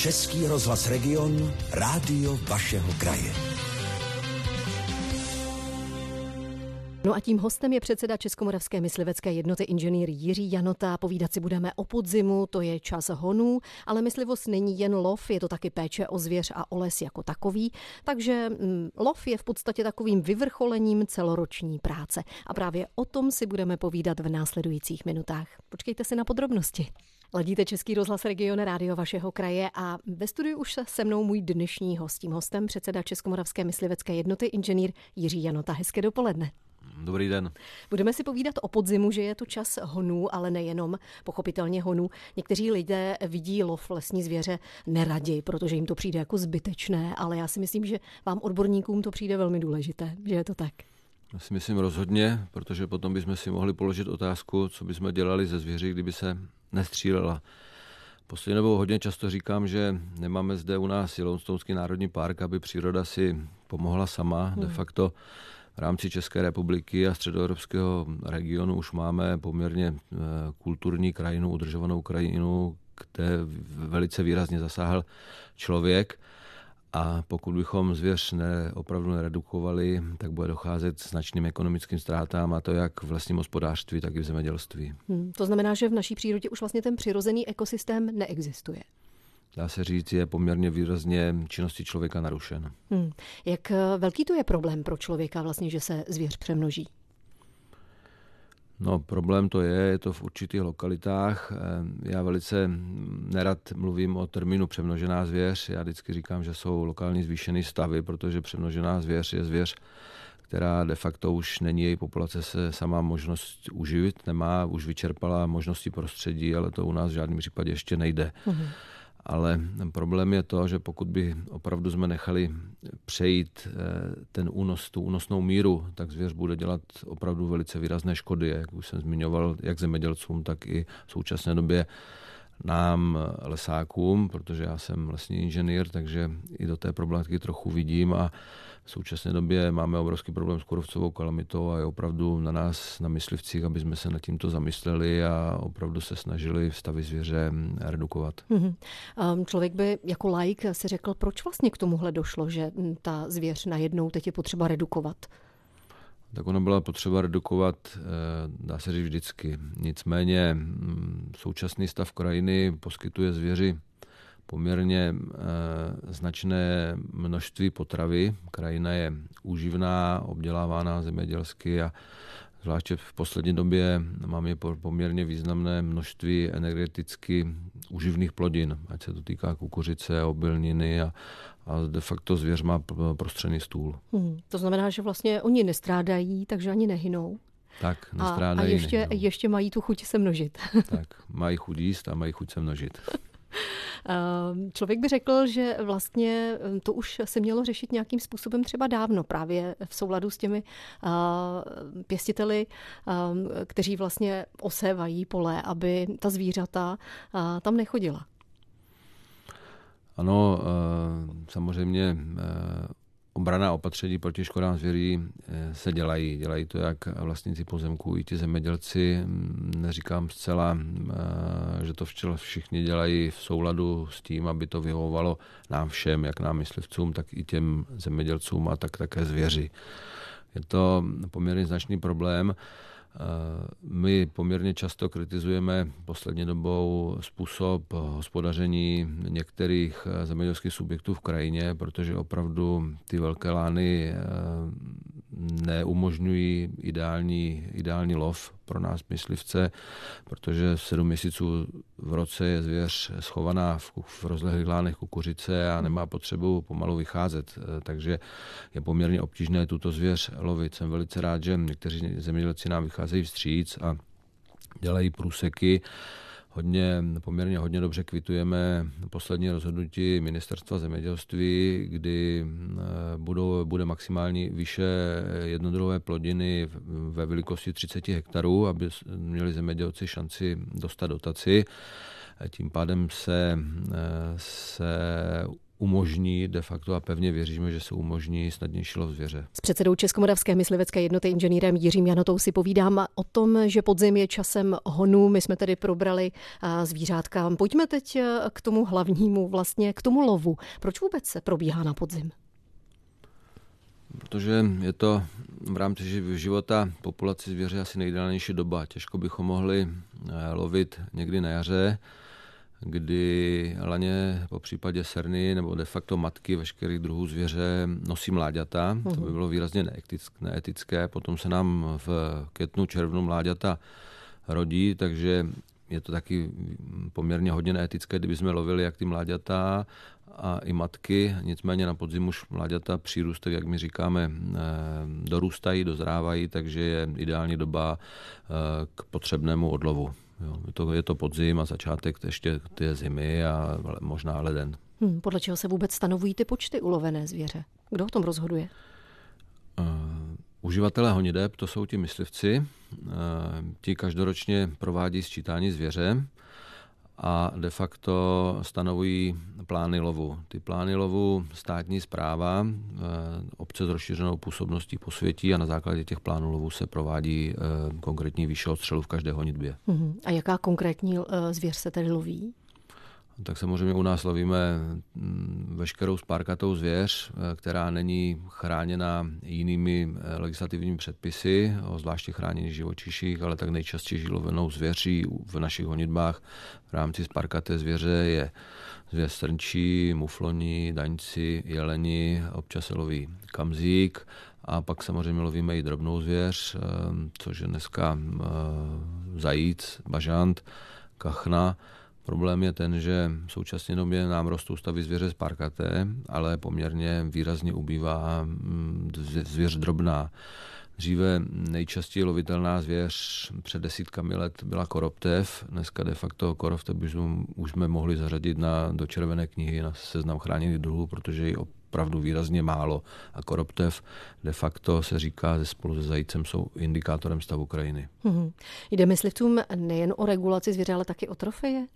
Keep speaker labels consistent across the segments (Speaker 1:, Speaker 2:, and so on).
Speaker 1: Český rozhlas Region, rádio vašeho kraje.
Speaker 2: No a tím hostem je předseda Českomoravské myslivecké jednoty inženýr Jiří Janota. Povídat si budeme o podzimu, to je čas honů, ale myslivost není jen lov, je to taky péče o zvěř a o les jako takový, takže lov je v podstatě takovým vyvrcholením celoroční práce. A právě o tom si budeme povídat v následujících minutách. Počkejte si na podrobnosti. Ladíte Český rozhlas Region, rádio vašeho kraje a ve studiu už se mnou můj dnešní host. Tím hostem předseda Českomoravské myslivecké jednoty inženýr Jiří Janota. Hezké dopoledne.
Speaker 3: Dobrý den.
Speaker 2: Budeme si povídat o podzimu, že je to čas honů, ale nejenom, pochopitelně honů. Někteří lidé vidí lov lesní zvěře neradi, protože jim to přijde jako zbytečné, ale já si myslím, že vám odborníkům to přijde velmi důležité, že je to tak.
Speaker 3: Já si myslím rozhodně, protože potom bychom si mohli položit otázku, co bychom dělali ze zvěří, kdyby se nestřílela. Poslední dobou hodně často říkám, že nemáme zde u nás Yellowstonský národní park, aby příroda si pomohla sama. De facto v rámci České republiky a středoevropského regionu už máme poměrně kulturní krajinu, udržovanou krajinu, kde velice výrazně zasáhl člověk. A pokud bychom zvěř opravdu neredukovali, tak bude docházet k značným ekonomickým ztrátám, a to jak v lesním hospodářství, tak i v zemědělství.
Speaker 2: To znamená, že v naší přírodě už vlastně ten přirozený ekosystém neexistuje.
Speaker 3: Dá se říct, je poměrně výrazně činností člověka narušen.
Speaker 2: Jak velký to je problém pro člověka vlastně, že se zvěř přemnoží?
Speaker 3: No, problém to je to v určitých lokalitách. Já velice nerad mluvím o termínu přemnožená zvěř. Já vždycky říkám, že jsou lokální zvýšené stavy, protože přemnožená zvěř je zvěř, která de facto už není, její populace se sama možnost uživit nemá, už vyčerpala možnosti prostředí, ale to u nás v žádném případě ještě nejde. Ale problém je to, že pokud by opravdu jsme nechali přejít ten únos, tu únosnou míru, tak zvěř bude dělat opravdu velice výrazné škody, jak už jsem zmiňoval, jak zemědělcům, tak i v současné době nám, lesákům, protože já jsem lesní inženýr, takže i do té problematiky trochu vidím a v současné době máme obrovský problém s kůrovcovou kalamitou a je opravdu na nás, na myslivcích, aby jsme se nad tímto zamysleli a opravdu se snažili stavy zvěře redukovat.
Speaker 2: Člověk by jako laik si řekl, proč vlastně k tomuhle došlo, že ta zvěř najednou teď je potřeba redukovat?
Speaker 3: Tak ona byla potřeba redukovat, dá se říct vždycky. Nicméně současný stav krajiny poskytuje zvěři poměrně značné množství potravy. Krajina je úživná, obdělávána zemědělsky a zvláště v poslední době máme poměrně významné množství energeticky uživných plodin, ať se to týká kukuřice, obilniny a de facto zvěř má prostřený stůl.
Speaker 2: To znamená, že vlastně oni nestrádají, takže ani nehynou.
Speaker 3: Tak, nestrádají.
Speaker 2: A ještě mají tu chuť se množit.
Speaker 3: Tak, mají chuť jíst a mají chuť se množit.
Speaker 2: Člověk by řekl, že vlastně to už se mělo řešit nějakým způsobem třeba dávno, právě v souladu s těmi pěstiteli, kteří vlastně osévají pole, aby ta zvířata tam nechodila.
Speaker 3: Ano, samozřejmě obranná opatření proti škodám zvěří se dělají. Dělají to jak vlastníci pozemků, i ti zemědělci. Neříkám zcela, že to všichni dělají v souladu s tím, aby to vyhovovalo nám všem, jak nám myslivcům, tak i těm zemědělcům a tak také zvěři. Je to poměrně značný problém. My poměrně často kritizujeme poslední dobou způsob hospodaření některých zemědělských subjektů v krajině, protože opravdu ty velké lány neumožňují ideální lov pro nás myslivce, protože 7 měsíců v roce je zvěř schovaná v rozlehlých lánech kukuřice a nemá potřebu pomalu vycházet, takže je poměrně obtížné tuto zvěř lovit. Jsem velice rád, že někteří zemědělci nám vycházejí vstříc a dělají průseky. Poměrně hodně dobře kvitujeme poslední rozhodnutí ministerstva zemědělství, kdy bude maximální výše jednodruhové plodiny ve velikosti 30 hektarů, aby měli zemědělci šanci dostat dotaci. Tím pádem se umožní de facto a pevně věříme, že se umožní snadnější lov zvěře.
Speaker 2: S předsedou Českomoravské myslivecké jednoty inženýrem Jiřím Janotou si povídám o tom, že podzim je časem honů. My jsme tedy probrali zvířátka. Pojďme teď k tomu hlavnímu, vlastně k tomu lovu. Proč vůbec se probíhá na podzim?
Speaker 3: Protože je to v rámci života populace zvěře asi nejideálnější doba. Těžko bychom mohli lovit někdy na jaře, kdy laně, po případě serny nebo de facto matky veškerých druhů zvěře nosí mláďata. To by bylo výrazně neetické. Potom se nám v květnu, červnu mláďata rodí, takže je to taky poměrně hodně neetické, kdyby jsme lovili jak ty mláďata a i matky. Nicméně na podzim už mláďata přírůstek, jak my říkáme, dorůstají, dozrávají, takže je ideální doba k potřebnému odlovu. Je to podzim a začátek ještě té zimy a možná leden.
Speaker 2: Podle čeho se vůbec stanovují ty počty ulovené zvěře? Kdo o tom rozhoduje?
Speaker 3: Uživatelé honideb, to jsou ti myslivci. Ti každoročně provádí sčítání zvěře a de facto stanovují plány lovu. Ty plány lovu státní správa, obce s rozšířenou působností posvětí a na základě těch plánů lovu se provádí konkrétní výše odstřelu v každé honitbě.
Speaker 2: A jaká konkrétní zvěř se tedy loví?
Speaker 3: Tak samozřejmě u nás lovíme veškerou spárkatou zvěř, která není chráněna jinými legislativními předpisy o zvláště chráněných živočiších, ale tak nejčastěji lovenou zvěří v našich honitbách v rámci spárkaté zvěře je zvěř srnčí, mufloni, daňci, jeleni, občas se loví kamzík a pak samozřejmě lovíme i drobnou zvěř, což je dneska zajíc, bažant, kachna. Problém je ten, že v současné době nám rostou stavy zvěře spárkaté, ale poměrně výrazně ubývá zvěř drobná. Dříve nejčastěji lovitelná zvěř před desítkami let byla koroptev. Dneska de facto koroptev už jsme mohli zařadit do červené knihy na seznam chráněných druhů, protože je opravdu výrazně málo. A koroptev de facto se říká spolu se zajícem jsou indikátorem stavu krajiny.
Speaker 2: Jde myslivcům nejen o regulaci zvěře, ale taky o trofeje?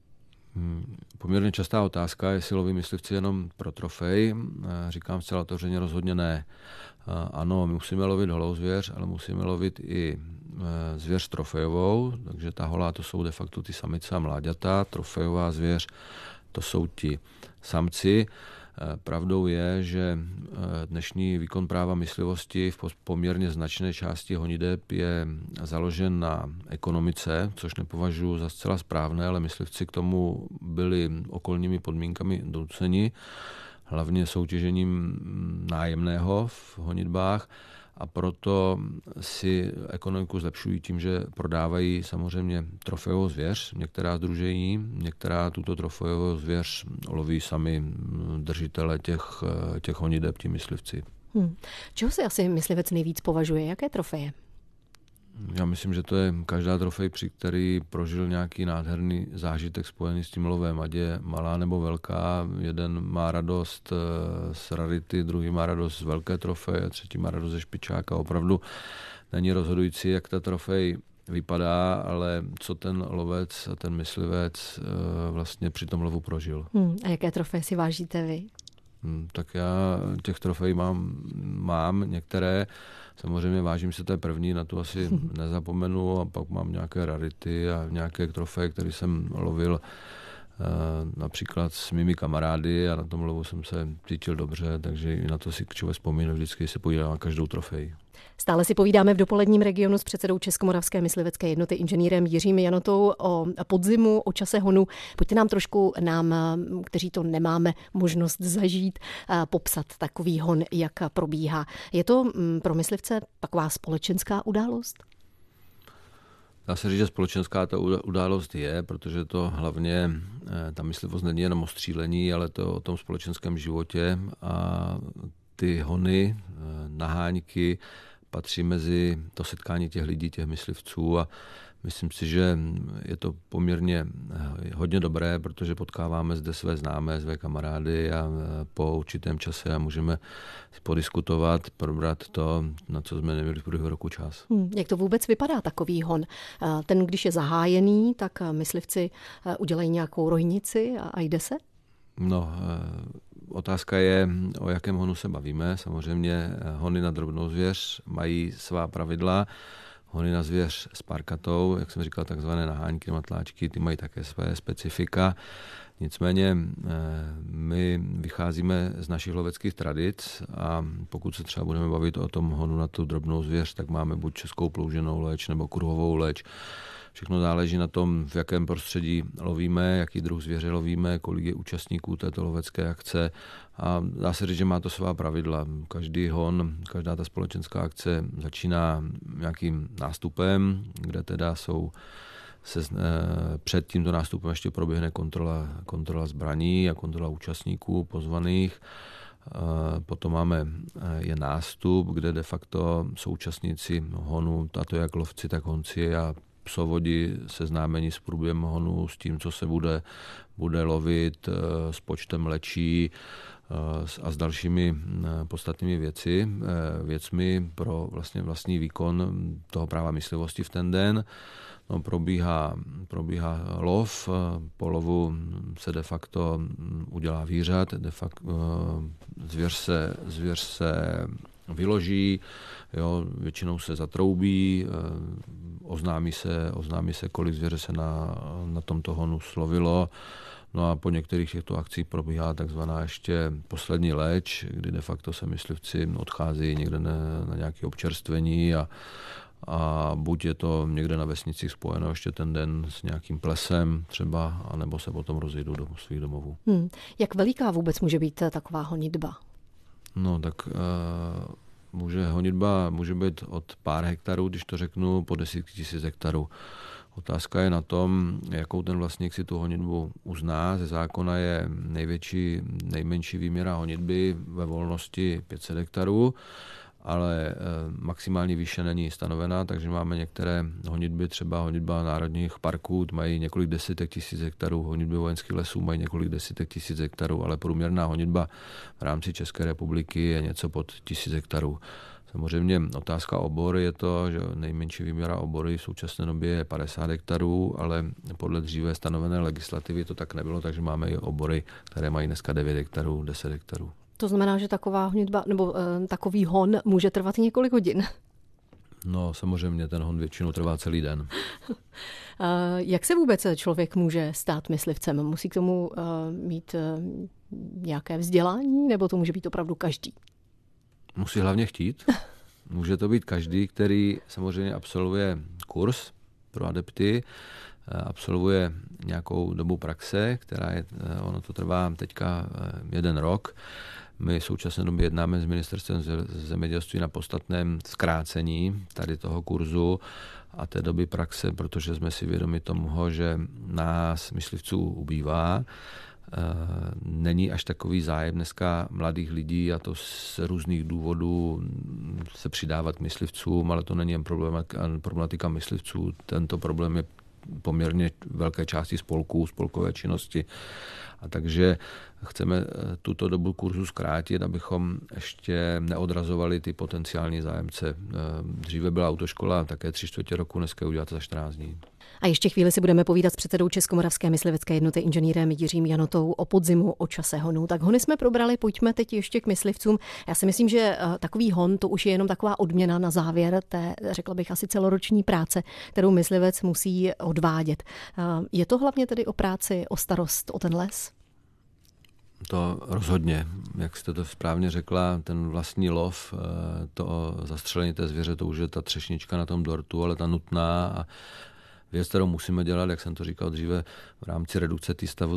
Speaker 3: Poměrně častá otázka, jestli loví myslivci jenom pro trofej. Říkám zcela otevřeně, rozhodně ne. Ano, my musíme lovit holou zvěř, ale musíme lovit i zvěř trofejovou, takže ta holá to jsou de facto ty samice a mláďata, trofejová zvěř to jsou ti samci. Pravdou je, že dnešní výkon práva myslivosti v poměrně značné části honideb je založen na ekonomice, což nepovažuji za zcela správné, ale myslivci k tomu byli okolními podmínkami donuceni, hlavně soutěžením nájemného v honitbách, a proto si ekonomiku zlepšují tím, že prodávají samozřejmě trofejovou zvěř, některá sdružení, některá tuto trofejovou zvěř loví sami držitele těch honiteb, ti myslivci.
Speaker 2: Čeho si asi myslivec nejvíc považuje? Jaké trofeje?
Speaker 3: Já myslím, že to je každá trofej, při který prožil nějaký nádherný zážitek spojený s tím lovem, ať je malá nebo velká. Jeden má radost z rarity, druhý má radost z velké trofeje, třetí má radost ze špičáka. Opravdu není rozhodující, jak ta trofej vypadá, ale co ten lovec a ten myslivec vlastně při tom lovu prožil.
Speaker 2: A jaké trofeje si vážíte vy?
Speaker 3: Tak já těch trofejí mám některé. Samozřejmě vážím se té první, na tu asi nezapomenu, a pak mám nějaké rarity a nějaké trofeje, které jsem lovil například s mými kamarády a na tom lovu jsem se cítil dobře, takže i na to si člověk vzpomíná, vždycky se podívám na každou trofej.
Speaker 2: Stále si povídáme v dopoledním regionu s předsedou Českomoravské myslivecké jednoty inženýrem Jiřím Janotou o podzimu, o čase honu. Pojďte nám trošku, kteří to nemáme možnost zažít, popsat takový hon, jak probíhá. Je to pro myslivce taková společenská událost?
Speaker 3: Dá se říct, že společenská ta událost je, protože to hlavně, ta myslivost není jenom o střílení, ale to o tom společenském životě, a ty hony, naháňky patří mezi to setkání těch lidí, těch myslivců, a myslím si, že je to poměrně hodně dobré, protože potkáváme zde své známé, své kamarády a po určitém čase můžeme podiskutovat, probrat to, na co jsme neměli v průběhu roku čas.
Speaker 2: Jak to vůbec vypadá takový hon? Ten, když je zahájený, tak myslivci udělají nějakou rojnici a jde se?
Speaker 3: No, otázka je, o jakém honu se bavíme. Samozřejmě hony na drobnou zvěř mají svá pravidla. Hony na zvěř s parkatou, jak jsem říkal, takzvané naháňky, matláčky, ty mají také své specifika. Nicméně my vycházíme z našich loveckých tradic a pokud se třeba budeme bavit o tom honu na tu drobnou zvěř, tak máme buď českou plouženou leč nebo kruhovou leč. Všechno záleží na tom, v jakém prostředí lovíme, jaký druh zvěře lovíme, kolik je účastníků této lovecké akce. A dá se říct, že má to svá pravidla. Každý hon, každá ta společenská akce začíná nějakým nástupem, kde teda před tímto nástupem ještě proběhne kontrola zbraní a kontrola účastníků pozvaných. Potom je nástup, kde de facto jsou účastníci honu, a to jak lovci, tak honci a psovodi seznámení s průběhem honu, s tím, co se bude lovit, s počtem lečí a s dalšími podstatnými věcmi pro vlastně vlastní výkon toho práva myslivosti v ten den. No, probíhá lov, po lovu se de facto udělá výřad, zvěř se vyloží, jo, většinou se zatroubí, oznámí se, kolik zvěře se na tomto honu slovilo. No a po některých těchto akcích probíhá takzvaná ještě poslední leč, kdy de facto se myslivci odchází někde na nějaké občerstvení a buď je to někde na vesnicích spojeno ještě ten den s nějakým plesem třeba, anebo se potom rozejdou do svých domovů.
Speaker 2: Jak veliká vůbec může být taková honitba?
Speaker 3: No tak honitba může být od pár hektarů, když to řeknu, po 10 000 hektarů. Otázka je na tom, jakou ten vlastník si tu honitbu uzná. Ze zákona je nejmenší výměra honitby ve volnosti 500 hektarů, ale maximální výše není stanovená, takže máme některé honitby, třeba honitba národních parků, mají několik desítek tisíc hektarů, honitby vojenských lesů mají několik desítek tisíc hektarů, ale průměrná honitba v rámci České republiky je něco pod 1000 hektarů. Samozřejmě otázka obory je to, že nejmenší výměra obory v současné době je 50 hektarů, ale podle dříve stanovené legislativy to tak nebylo, takže máme i obory, které mají dneska 9 hektarů, 10 hektarů.
Speaker 2: To znamená, že taková honitba nebo takový hon může trvat několik hodin.
Speaker 3: No samozřejmě, ten hon většinou trvá celý den.
Speaker 2: Jak se vůbec člověk může stát myslivcem? Musí k tomu mít nějaké vzdělání, nebo to může být opravdu každý?
Speaker 3: Musí hlavně chtít. Může to být každý, který samozřejmě absolvuje kurz pro adepty, absolvuje nějakou dobu praxe, ono to trvá teďka 1 rok. My v současné době jednáme s ministerstvem zemědělství na podstatném zkrácení tady toho kurzu a té doby praxe, protože jsme si vědomi toho, že nás myslivců ubývá. Není až takový zájem dneska mladých lidí, a to z různých důvodů, se přidávat myslivcům, ale to není jen problematika myslivců. Tento problém je poměrně velké části spolků, spolkové činnosti. A takže chceme tuto dobu kurzu zkrátit, abychom ještě neodrazovali ty potenciální zájemce. Dříve byla autoškola také 3/4 roku, dneska udělat za 14 dní.
Speaker 2: A ještě chvíli si budeme povídat s předsedou Českomoravské myslivecké jednoty inženýrem Jiřím Janotou o podzimu, o čase honů. Tak hony jsme probrali, pojďme teď ještě k myslivcům. Já si myslím, že takový hon, to už je jenom taková odměna na závěr té, řekla bych, asi celoroční práce, kterou myslivec musí odvádět. Je to hlavně tedy o práci, o starost, o ten les?
Speaker 3: To rozhodně. Jak jste to správně řekla, ten vlastní lov, to zastřelení té zvěře, to už je ta třešnička na tom dortu, ale ta nutná a věc, kterou musíme dělat, jak jsem to říkal dříve, v rámci redukce stavu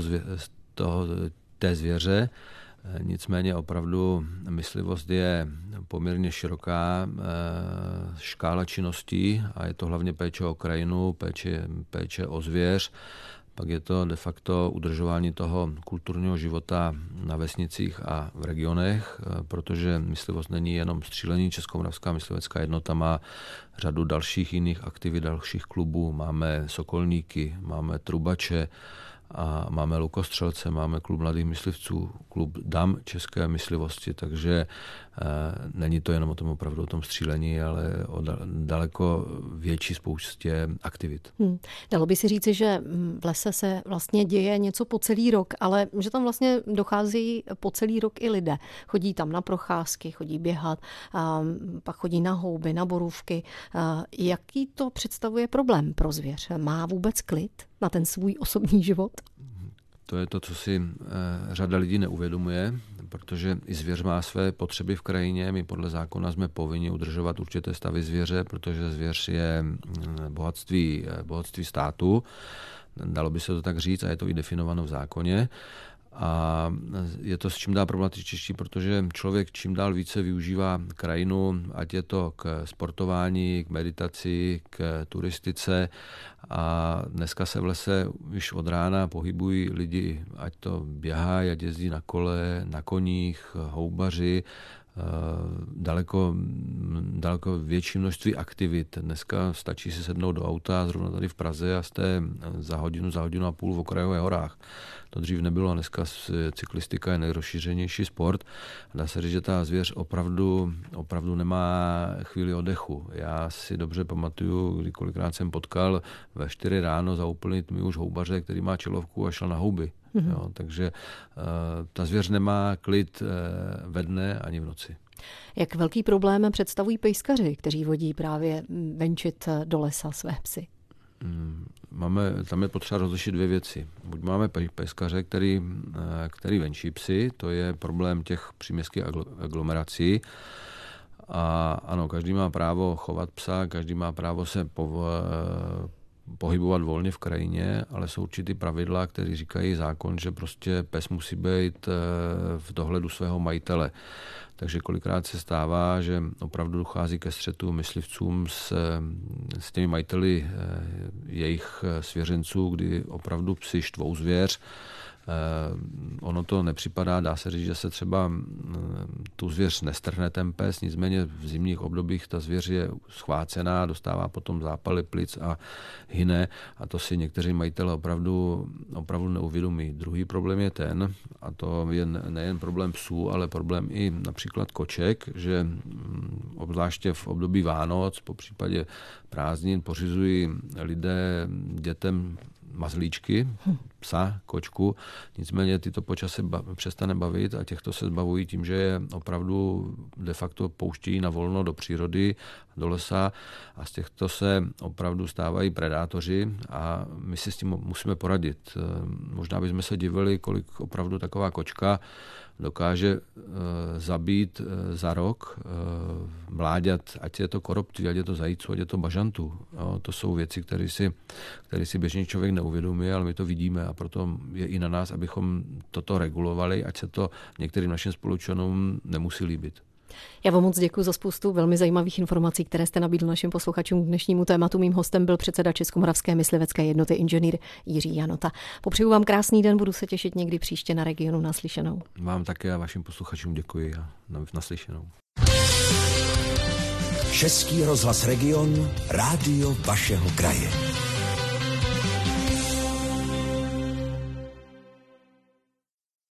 Speaker 3: té zvěře. Nicméně opravdu myslivost je poměrně široká škála činností a je to hlavně péče o krajinu, péče o zvěř. Pak je to de facto udržování toho kulturního života na vesnicích a v regionech, protože myslivost není jenom střílení. Českomoravská myslivecká jednota má řadu dalších jiných aktivit, dalších klubů. Máme sokolníky, máme trubače, a máme lukostřelce, máme klub mladých myslivců, klub dam české myslivosti, takže není to jenom o tom střílení, ale o daleko větší spoustě aktivit.
Speaker 2: Dalo by si říci, že v lese se vlastně děje něco po celý rok, ale že tam vlastně dochází po celý rok i lidé. Chodí tam na procházky, chodí běhat, pak chodí na houby, na borůvky. Jaký to představuje problém pro zvěř? Má vůbec klid na ten svůj osobní život?
Speaker 3: To je to, co si řada lidí neuvědomuje, protože i zvěř má své potřeby v krajině. My podle zákona jsme povinni udržovat určité stavy zvěře, protože zvěř je bohatství státu. Dalo by se to tak říct a je to i definováno v zákoně. A je to s čím dál problematičtější, protože člověk čím dál více využívá krajinu, ať je to k sportování, k meditaci, k turistice. A dneska se v lese už od rána pohybují lidi, ať to běhají, ať jezdí na kole, na koních, houbaři, daleko větší množství aktivit. Dneska stačí si sednout do auta, zrovna tady v Praze, a jste za hodinu a půl v okrajových horách. To dřív nebylo a dneska cyklistika je nejrozšířenější sport. Dá se říct, že ta zvěř opravdu nemá chvíli oddechu. Já si dobře pamatuju, kdy kolikrát jsem potkal ve 4 ráno za úplný tmy už houbaře, který má čelovku a šel na houby. Jo, takže ta zvěř nemá klid ve dne ani v noci.
Speaker 2: Jak velký problém představují pejskaři, kteří vodí právě venčit do lesa své psy?
Speaker 3: Tam je potřeba rozlišit 2 věci. Buď máme pejskaře, který venčí psy, to je problém těch příměstských aglomerací. A ano, každý má právo chovat psa, každý má právo se pohybovat volně v krajině, ale jsou určitý pravidla, které říkají zákon, že prostě pes musí být v dohledu svého majitele. Takže kolikrát se stává, že opravdu dochází ke střetu myslivcům s těmi majiteli jejich svěřenců, kdy opravdu psi štvou zvěř. Ono to nepřipadá, dá se říct, že se třeba tu zvěř nestrhne ten pes, nicméně v zimních obdobích ta zvěř je schvácená, dostává potom zápaly plic a hyne a to si někteří majitelé opravdu neuvědomí. Druhý problém je ten, a to je nejen problém psů, ale problém i například koček, že obzvláště v období Vánoc, po případě prázdnin, pořizují lidé dětem mazlíčky, psa, kočku, nicméně tyto počas se přestane bavit a těchto se zbavují tím, že je opravdu de facto pouštějí na volno do přírody, do lesa a z těchto se opravdu stávají predátoři a my si s tím musíme poradit. Možná bychom se divili, kolik opravdu taková kočka dokáže zabít za rok mláďat, ať je to koroptví, ať je to zajíců, ať je to bažantů. Jo, to jsou věci, které si běžný člověk neuvědomuje, ale my to vidíme a proto je i na nás, abychom toto regulovali, ať se to některým našim spoluobčanům nemusí líbit.
Speaker 2: Já vám moc děkuji za spoustu velmi zajímavých informací, které jste nabídl našim posluchačům k dnešnímu tématu. Mým hostem byl předseda Českomoravské myslivecké jednoty inženýr Jiří Janota. Popřeju vám krásný den, budu se těšit někdy příště na Regionu. Naslyšenou.
Speaker 3: Vám také a vašim posluchačům děkuji a naslyšenou.
Speaker 1: Český rozhlas Region, rádio vašeho kraje.